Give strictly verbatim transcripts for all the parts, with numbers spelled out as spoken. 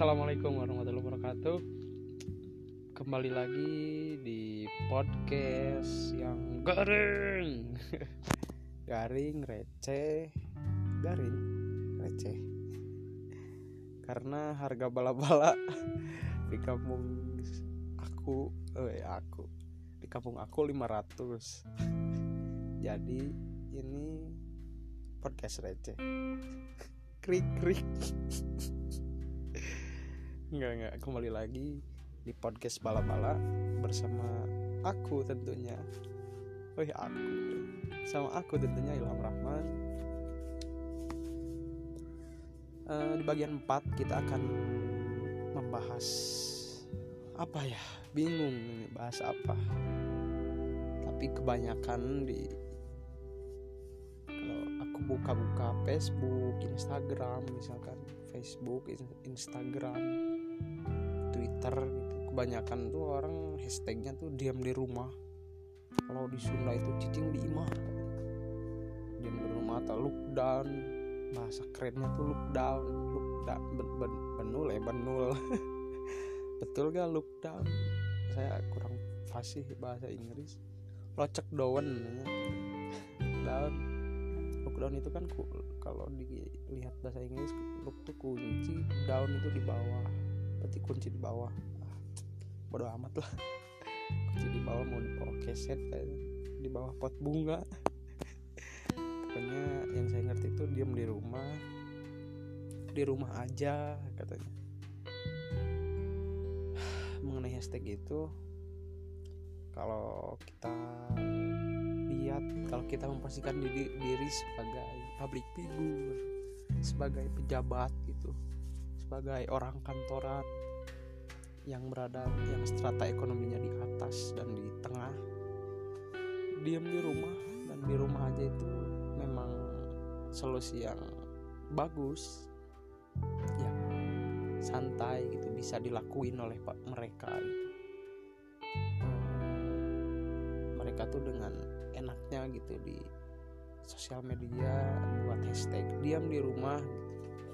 Assalamualaikum warahmatullahi wabarakatuh. Kembali lagi di podcast yang garing Garing, receh Garing, receh Karena harga bala-bala Di kampung aku Eh aku Di kampung aku lima ratus. Jadi ini podcast receh. Krik-krik. Enggak, enggak, kembali lagi di podcast bala-bala bersama aku tentunya. Oh ya aku. Sama aku tentunya Ilham Rahman. Uh, di bagian empat kita akan membahas apa ya? Bingung ini bahas apa. Tapi kebanyakan di kalau aku buka-buka Facebook, Instagram misalkan, Facebook, Instagram, Twitter gitu, kebanyakan tuh orang hashtagnya tuh diam di rumah. Kalau di Sunda itu cicing di imah, diam di rumah atau lockdown, bahasa kerennya tuh lockdown, lockdown, ben, ben, benul ya benul. Betul gak lockdown? Saya kurang fasih bahasa Inggris. Locek down namanya. Down. Lockdown itu kan ku, kalau dilihat bahasa Inggris, lock tuh kunci, down itu di bawah. Berarti kunci di bawah. Ah, bodo amat lah. Kunci di bawah mau di bawah keset, di bawah pot bunga. Pokoknya yang saya ngerti itu diam di rumah. Di rumah aja katanya. Mengenai hashtag itu, kalau kita lihat, kalau kita memposisikan diri, diri sebagai public figure, sebagai pejabat gitu, sebagai orang kantoran yang berada, yang strata ekonominya di atas dan di tengah, diam di rumah dan di rumah aja itu memang solusi yang bagus, yang santai gitu, bisa dilakuin oleh mereka gitu. Mereka tuh dengan enaknya gitu di sosial media buat hashtag diam di rumah gitu,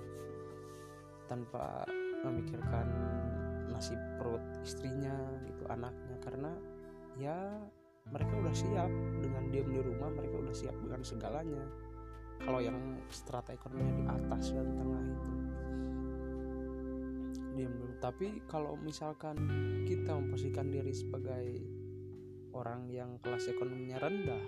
tanpa memikirkan nasib perut istrinya gitu, anaknya, karena ya mereka udah siap dengan diam di rumah, mereka udah siap dengan segalanya. Kalau yang strata ekonominya di atas dan tengah itu diam dulu. Tapi kalau misalkan kita memposisikan diri sebagai orang yang kelas ekonominya rendah,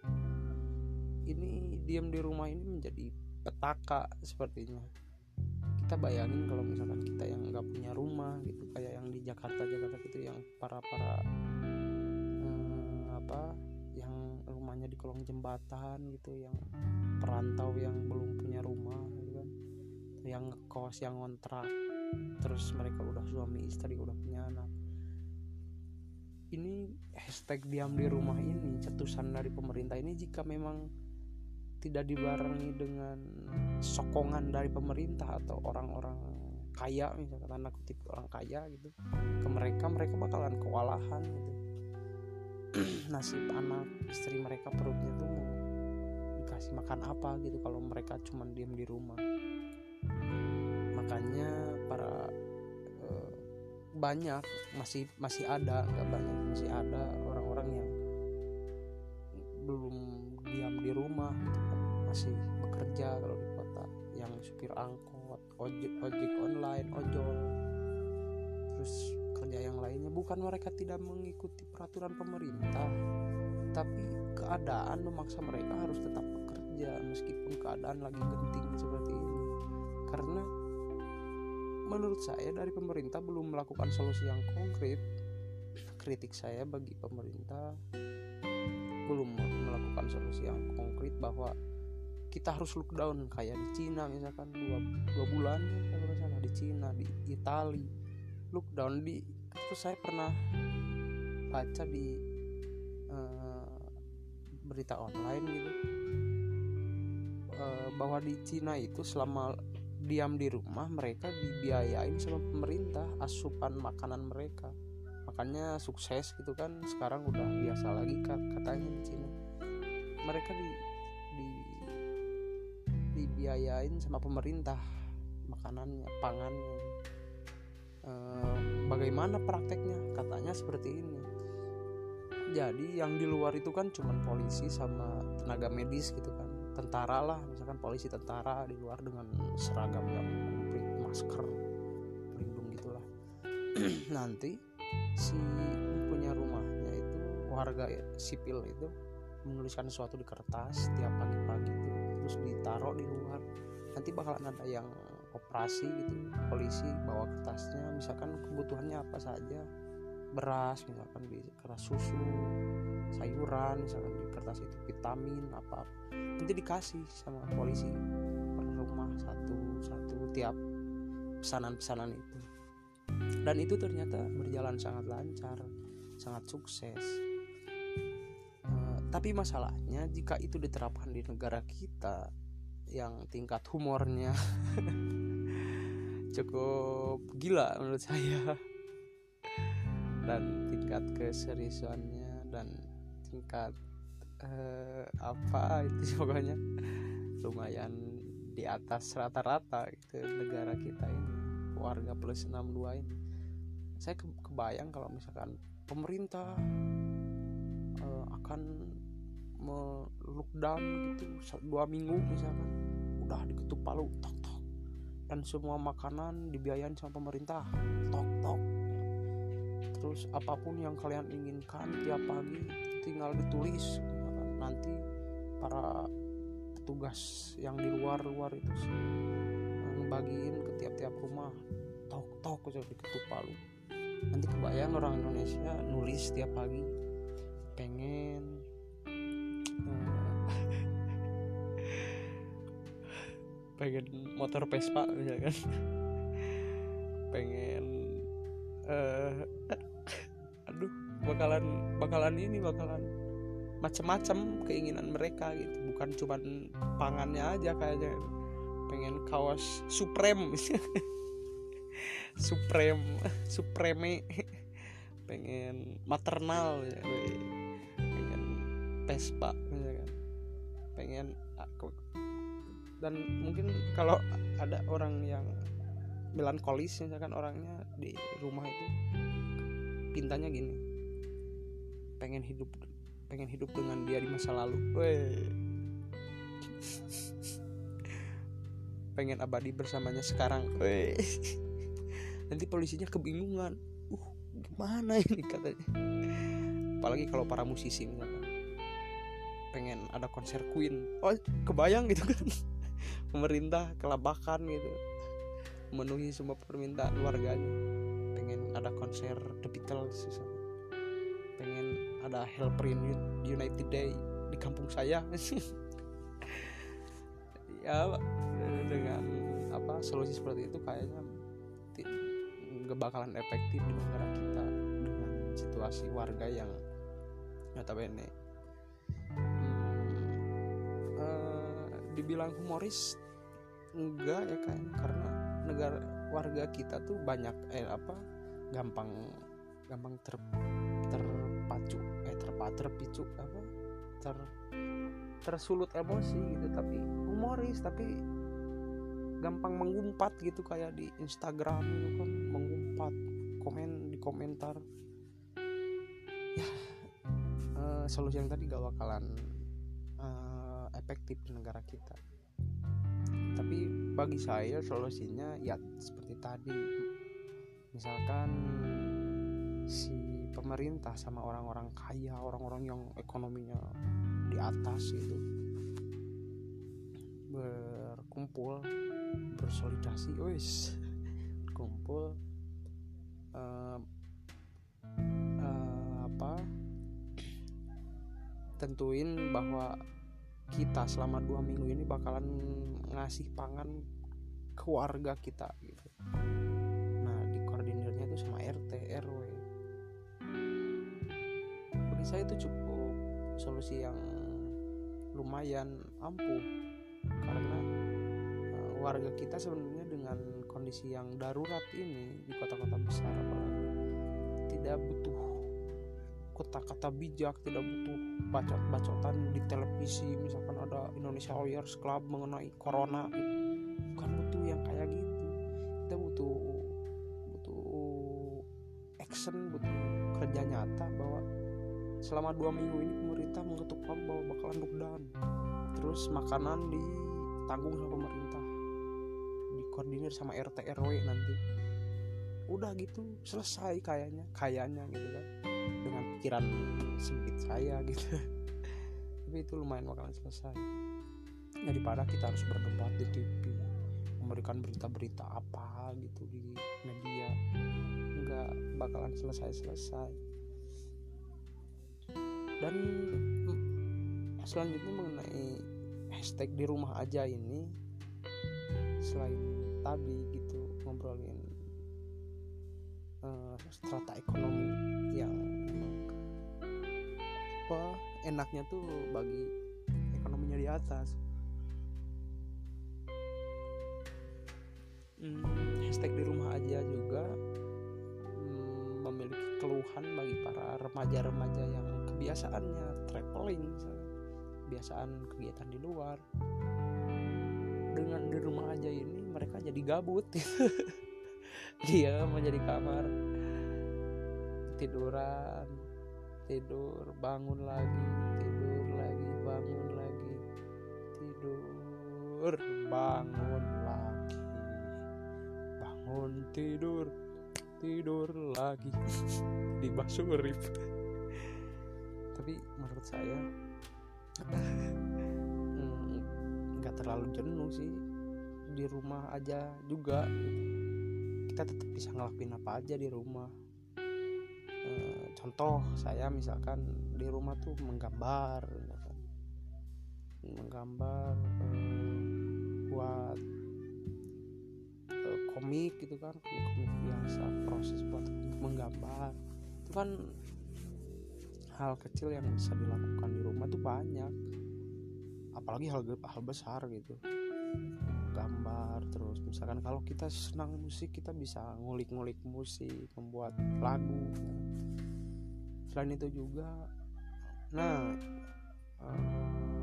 ini diam di rumah ini menjadi petaka sepertinya. Kita bayangin kalau misalkan kita yang nggak punya rumah gitu, kayak yang di Jakarta Jakarta gitu, yang para para hmm, apa yang rumahnya di kolong jembatan gitu, yang perantau yang belum punya rumah gitu kan, yang ngekos, yang ngontrak, terus mereka udah suami istri, udah punya anak. Ini hashtag diam di rumah ini, cetusan dari pemerintah ini, jika memang tidak dibarengi dengan sokongan dari pemerintah atau orang-orang kaya, misalkan tanda kutip orang kaya gitu, ke mereka, mereka bakalan kewalahan gitu. Nasib anak istri mereka, perutnya tuh mau dikasih makan apa gitu kalau mereka cuma diam di rumah. Makanya para eh, banyak masih masih ada gak banyak masih ada orang-orang yang belum diam di rumah gitu kan, masih bekerja kalau di kota, yang supir angkot, ojek ojek online, ojol, terus kerja yang lainnya. Bukan mereka tidak mengikuti peraturan pemerintah, tapi keadaan memaksa mereka harus tetap bekerja meskipun keadaan lagi genting seperti ini. Karena menurut saya dari pemerintah belum melakukan solusi yang konkret. Kritik saya bagi pemerintah, belum melakukan solusi yang konkret bahwa kita harus lockdown kayak di Cina misalkan, dua, dua bulan kalau nggak salah, di Cina, di Itali lockdown. Di terus saya pernah baca di uh, berita online gitu, uh, bahwa di Cina itu selama diam di rumah mereka dibiayain sama pemerintah asupan makanan mereka, makanya sukses gitu kan. Sekarang udah biasa lagi katanya di Cina, mereka di, di dibiayain sama pemerintah makanannya, pangannya. eh, bagaimana prakteknya, katanya seperti ini. Jadi yang di luar itu kan cuman polisi sama tenaga medis gitu kan, tentara lah, misalkan polisi tentara di luar dengan seragam yang komplit, masker, pelindung gitulah. Nanti si punya rumahnya itu warga sipil itu menuliskan sesuatu di kertas tiap pagi-pagi itu, terus ditaruh di luar. Nanti bakalan ada yang operasi gitu, polisi bawa kertasnya, misalkan kebutuhannya apa saja, beras misalkan di kertas, susu, sayuran misalkan di kertas itu, vitamin apa, nanti dikasih sama polisi per rumah satu-satu tiap pesanan-pesanan itu. Dan itu ternyata berjalan sangat lancar, sangat sukses. Uh, tapi masalahnya jika itu diterapkan di negara kita yang tingkat humornya cukup gila menurut saya, dan tingkat keseriusannya dan tingkat uh, apa itu pokoknya lumayan di atas rata-rata gitu negara kita ini, warga plus enam puluh dua ini. Saya kebayang kalau misalkan pemerintah uh, akan me-lockdown gitu dua minggu misalkan, udah diketuk palu tok tok, dan semua makanan dibiayain sama pemerintah tok tok. Terus apapun yang kalian inginkan tiap pagi tinggal ditulis, nanti para petugas yang di luar-luar itu ngebagiin ke tiap-tiap rumah tok-tok udah diketuk palu. Nanti kebayang orang Indonesia nulis tiap pagi pengen uh, pengen motor Vespa misalkan, pengen uh, aduh bakalan bakalan ini bakalan macam-macam keinginan mereka gitu, bukan cuman pangannya aja, kayaknya pengen kaos Supreme Supreme Supreme pengen maternal ya, pengen Vespa misalkan, pengen aku. Dan mungkin kalau ada orang yang melankolis misalkan orangnya di rumah itu pintanya gini, pengen hidup pengen hidup dengan dia di masa lalu, weh, pengen abadi bersamanya sekarang, weh. Nanti polisinya kebingungan, uh gimana ini katanya. Apalagi kalau para musisi misalkan pengen ada konser Queen, oh kebayang gitu kan. Pemerintah kelabakan gitu memenuhi semua permintaan warganya, pengen ada konser The Beatles misalkan, pengen ada Hellprint United Day di kampung saya. Ya dengan apa solusi seperti itu kayaknya nggak bakalan efektif di negara kita dengan situasi warga yang notabene hmm, uh, dibilang humoris enggak ya kan, karena negara warga kita tuh banyak eh apa gampang gampang ter terpacu eh terpa terpicu apa ter tersulut emosi gitu, tapi humoris, tapi gampang mengumpat gitu kayak di Instagram gitu kan, mengumpat komen di komentar ya. Uh, solusi yang tadi gak bakalan uh, efektif di negara kita. Tapi bagi saya solusinya ya seperti tadi, misalkan si pemerintah sama orang-orang kaya, orang-orang yang ekonominya di atas gitu berkumpul, bersolidasi, wis kumpul uh, uh, apa tentuin bahwa kita selama dua minggu ini bakalan ngasih pangan ke warga kita gitu. Nah dikoordinirnya itu sama R T R W. Bagi saya itu cukup solusi yang lumayan ampuh, karena uh, warga kita sebenarnya dengan kondisi yang darurat ini di kota-kota besar apalagi tidak butuh kata-kata bijak, tidak butuh bacot-bacotan di televisi misalkan ada Indonesia Lawyers Club mengenai corona gitu. Bukan butuh yang kayak gitu, kita butuh butuh action, butuh kerja nyata bahwa selama dua minggu ini pemerintah mengetuk palu bahwa bakalan lockdown. Terus makanan ditanggung sama pemerintah, dikoordinir sama R T R W nanti. Udah gitu selesai kayaknya, kayaknya gitu kan, dengan pikiran sempit saya gitu. Tapi itu lumayan bakalan selesai daripada kita harus berdebat di T V, memberikan berita-berita apa gitu di media, nggak bakalan selesai-selesai. Dan selanjutnya mengenai hashtag di rumah aja ini, selain tadi gitu ngobrolin uh, strata ekonomi yang apa enaknya tuh bagi ekonominya di atas, hmm, hashtag di rumah aja juga hmm, memiliki keluhan bagi para remaja-remaja yang kebiasaannya traveling, kebiasaan kegiatan di luar. Dengan di rumah aja ini mereka jadi gabut. Dia mau jadi kamar, tiduran, tidur, bangun lagi, tidur lagi, bangun lagi, tidur, bangun lagi, bangun, tidur, tidur lagi. Dibasuh urip. Tapi menurut saya nggak hmm, terlalu jenuh sih di rumah aja juga gitu. Kita tetap bisa ngelakuin apa aja di rumah. E, contoh saya misalkan di rumah tuh menggambar, misalkan. menggambar e, buat e, komik gitu kan, komik-komik biasa, proses buat menggambar itu kan hal kecil yang bisa dilakukan di rumah tuh banyak, apalagi hal hal besar gitu, gambar. Terus misalkan kalau kita senang musik, kita bisa ngulik-ngulik musik, membuat lagu. Selain itu juga, nah eh,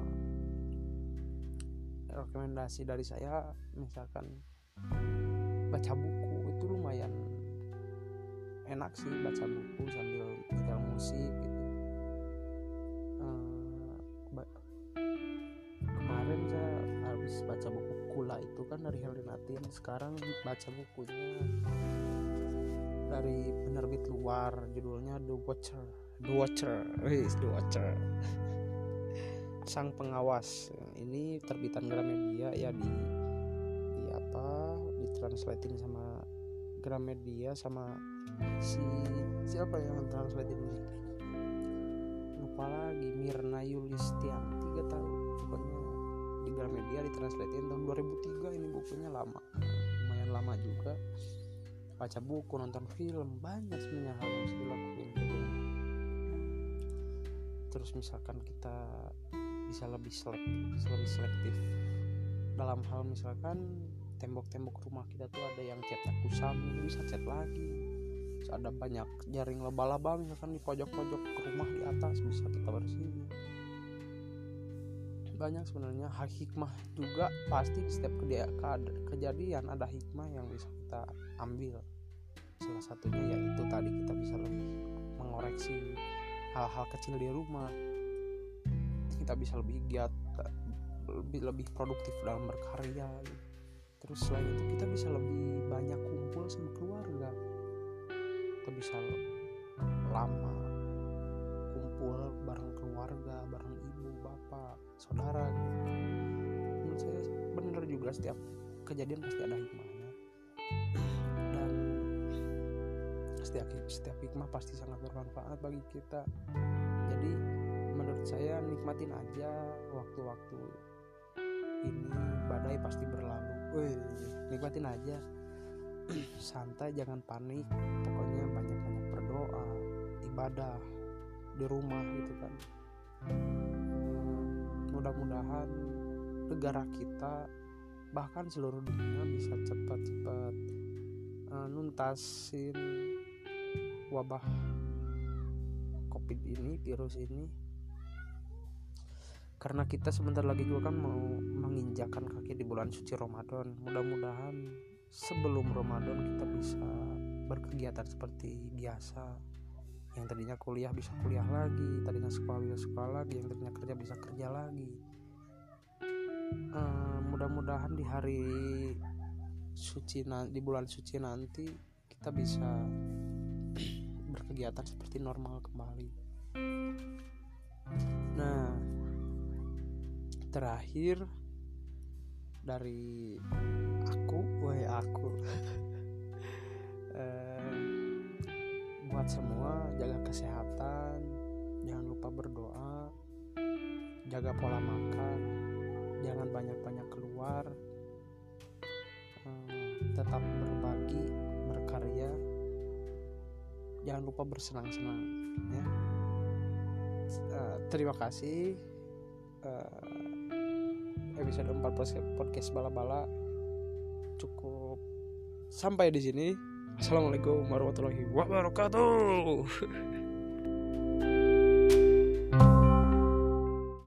rekomendasi dari saya misalkan baca buku itu lumayan enak sih, baca buku sambil nyetel musik gitu. Kemarin saya habis baca buku Kula itu kan dari Heldenatin. Sekarang baca bukunya dari penerbit luar, judulnya The Watcher. The Watcher, wis The Watcher. Sang Pengawas. Ini terbitan Gramedia ya, di di apa? Ditranslatein sama Gramedia sama si siapa yang translatein ini? Lupa lagi, Mirna Yulistianti gak tahu. Pokoknya di Gramedia ditranslatein tahun dua ribu tiga. Ini bukunya lama, lumayan lama juga. Baca buku, nonton film, banyak sebenarnya hal yang harus dilakuin gitu. Terus misalkan kita bisa lebih selektif, bisa lebih selektif dalam hal misalkan tembok-tembok rumah kita tuh ada yang catnya kusam, bisa cat lagi. Terus ada banyak jaring laba-laba misalkan di pojok-pojok rumah di atas, bisa kita bersihin. Banyak sebenarnya hak hikmah juga, pasti di setiap kejadian ada hikmah yang bisa kita ambil. Salah satunya yaitu tadi kita bisa lebih mengoreksi hal-hal kecil di rumah, kita bisa lebih giat, lebih lebih produktif dalam berkarya. Terus selain itu kita bisa lebih banyak kumpul sama keluarga, kita bisa lama kumpul bareng keluarga, bareng ibu, bapak, saudara gitu. Menurut saya benar juga, setiap kejadian pasti ada hikmahnya, dan setiap setiap hikmah pasti sangat bermanfaat bagi kita. Jadi menurut saya nikmatin aja waktu-waktu ini, badai pasti berlalu. Wih, nikmatin aja, santai, jangan panik. Pokoknya banyak-banyak berdoa, ibadah di rumah gitu kan. Mudah-mudahan negara kita, bahkan seluruh dunia, bisa cepat-cepat uh, nuntasin wabah covid ini, virus ini. Karena kita sebentar lagi juga kan mau menginjakkan kaki di bulan suci Ramadan. Mudah-mudahan sebelum Ramadan kita bisa berkegiatan seperti biasa. Yang tadinya kuliah bisa kuliah lagi, tadinya sekolah bisa sekolah lagi, yang tadinya kerja bisa kerja lagi. Uh, mudah-mudahan di hari suci di bulan suci nanti kita bisa berkegiatan seperti normal kembali. Nah, terakhir dari aku, woi aku, uh, buat semua jaga kesehatan, jangan lupa berdoa, jaga pola makan, jangan banyak-banyak keluar, tetap berbagi, berkarya, jangan lupa bersenang-senang ya. Uh, terima kasih. Uh, episode empat podcast Bala-Bala cukup sampai di sini. Assalamualaikum warahmatullahi wabarakatuh.